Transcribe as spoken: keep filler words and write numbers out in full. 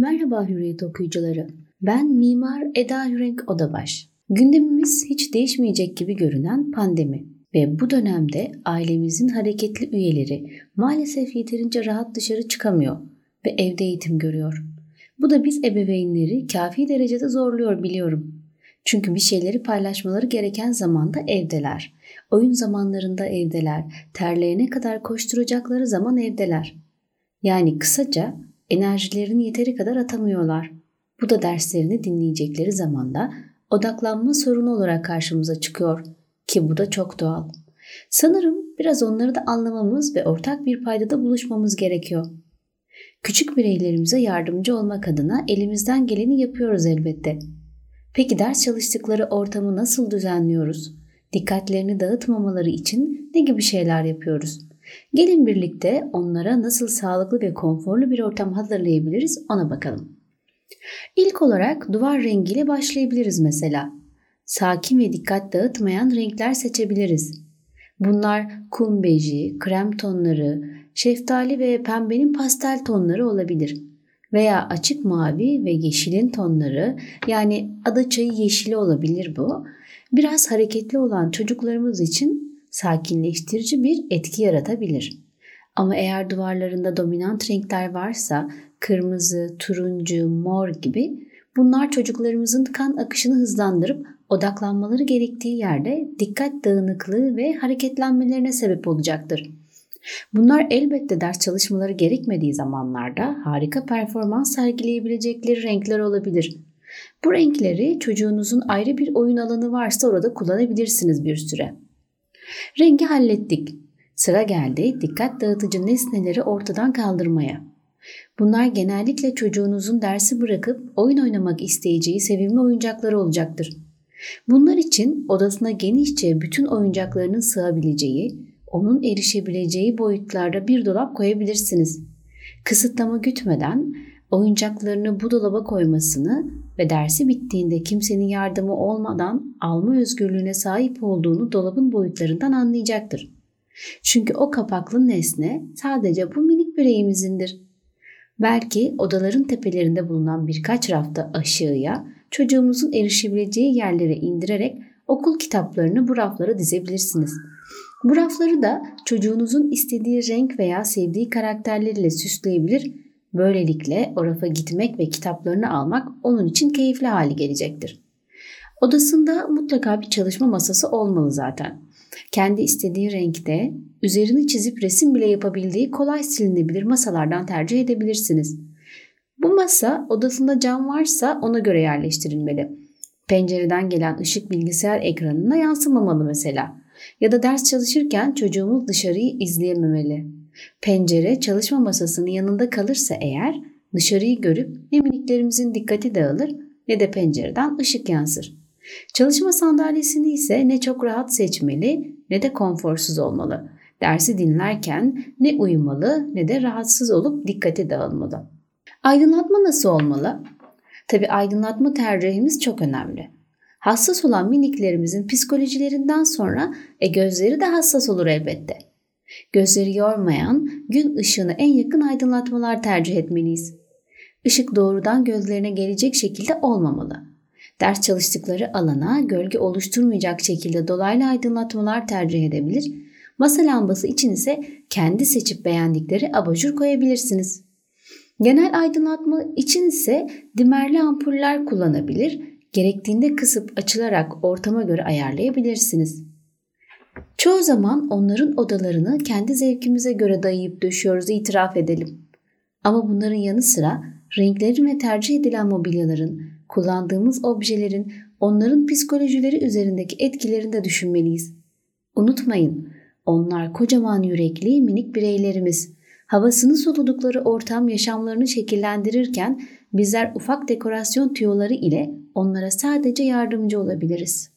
Merhaba Hürriyet okuyucuları. Ben Mimar Eda Yürenk Odabaş. Gündemimiz hiç değişmeyecek gibi görünen pandemi ve bu dönemde ailemizin hareketli üyeleri maalesef yeterince rahat dışarı çıkamıyor ve evde eğitim görüyor. Bu da biz ebeveynleri kafi derecede zorluyor biliyorum. Çünkü bir şeyleri paylaşmaları gereken zamanda evdeler. Oyun zamanlarında evdeler. Terleyene kadar koşturacakları zaman evdeler. Yani kısaca enerjilerini yeteri kadar atamıyorlar. Bu da derslerini dinleyecekleri zamanda odaklanma sorunu olarak karşımıza çıkıyor ki bu da çok doğal. Sanırım biraz onları da anlamamız ve ortak bir paydada buluşmamız gerekiyor. Küçük bireylerimize yardımcı olmak adına elimizden geleni yapıyoruz elbette. Peki ders çalıştıkları ortamı nasıl düzenliyoruz? Dikkatlerini dağıtmamaları için ne gibi şeyler yapıyoruz? Gelin birlikte onlara nasıl sağlıklı ve konforlu bir ortam hazırlayabiliriz ona bakalım. İlk olarak duvar rengiyle başlayabiliriz mesela. Sakin ve dikkat dağıtmayan renkler seçebiliriz. Bunlar kum beji, krem tonları, şeftali ve pembenin pastel tonları olabilir. Veya açık mavi ve yeşilin tonları, yani ada çayı yeşili olabilir bu. Biraz hareketli olan çocuklarımız için sakinleştirici bir etki yaratabilir. Ama eğer duvarlarında dominant renkler varsa kırmızı, turuncu, mor gibi bunlar çocuklarımızın kan akışını hızlandırıp odaklanmaları gerektiği yerde dikkat dağınıklığı ve hareketlenmelerine sebep olacaktır. Bunlar elbette ders çalışmaları gerekmediği zamanlarda harika performans sergileyebilecekleri renkler olabilir. Bu renkleri çocuğunuzun ayrı bir oyun alanı varsa orada kullanabilirsiniz bir süre. Rengi hallettik. Sıra geldi dikkat dağıtıcı nesneleri ortadan kaldırmaya. Bunlar genellikle çocuğunuzun dersi bırakıp oyun oynamak isteyeceği sevimli oyuncakları olacaktır. Bunlar için odasına genişçe bütün oyuncaklarının sığabileceği, onun erişebileceği boyutlarda bir dolap koyabilirsiniz. Kısıtlama gütmeden oyuncaklarını bu dolaba koymasını ve dersi bittiğinde kimsenin yardımı olmadan alma özgürlüğüne sahip olduğunu dolabın boyutlarından anlayacaktır. Çünkü o kapaklı nesne sadece bu minik bireyimizindir. Belki odaların tepelerinde bulunan birkaç rafta aşağıya çocuğumuzun erişebileceği yerlere indirerek okul kitaplarını bu raflara dizebilirsiniz. Bu rafları da çocuğunuzun istediği renk veya sevdiği karakterleriyle süsleyebilir. Böylelikle o rafa gitmek ve kitaplarını almak onun için keyifli hale gelecektir. Odasında mutlaka bir çalışma masası olmalı zaten. Kendi istediği renkte, üzerini çizip resim bile yapabildiği kolay silinebilir masalardan tercih edebilirsiniz. Bu masa odasında cam varsa ona göre yerleştirilmeli. Pencereden gelen ışık bilgisayar ekranına yansımamalı mesela. Ya da ders çalışırken çocuğumuz dışarıyı izleyememeli. Pencere çalışma masasının yanında kalırsa eğer dışarıyı görüp ne miniklerimizin dikkati dağılır ne de pencereden ışık yansır. Çalışma sandalyesini ise ne çok rahat seçmeli ne de konforsuz olmalı. Dersi dinlerken ne uyumalı ne de rahatsız olup dikkati dağılmalı. Aydınlatma nasıl olmalı? Tabii aydınlatma tercihimiz çok önemli. Hassas olan miniklerimizin psikolojilerinden sonra e, gözleri de hassas olur elbette. Gözleri yormayan, gün ışığına en yakın aydınlatmalar tercih etmeliyiz. Işık doğrudan gözlerine gelecek şekilde olmamalı. Ders çalıştıkları alana gölge oluşturmayacak şekilde dolaylı aydınlatmalar tercih edebilir. Masa lambası için ise kendi seçip beğendikleri abajur koyabilirsiniz. Genel aydınlatma için ise dimerli ampuller kullanabilir, gerektiğinde kısıp açılarak ortama göre ayarlayabilirsiniz. Çoğu zaman onların odalarını kendi zevkimize göre dayayıp döşüyoruz, itiraf edelim. Ama bunların yanı sıra renklerin ve tercih edilen mobilyaların, kullandığımız objelerin onların psikolojileri üzerindeki etkilerini de düşünmeliyiz. Unutmayın, onlar kocaman yürekli minik bireylerimiz. Havasını soludukları ortam yaşamlarını şekillendirirken bizler ufak dekorasyon tüyoları ile onlara sadece yardımcı olabiliriz.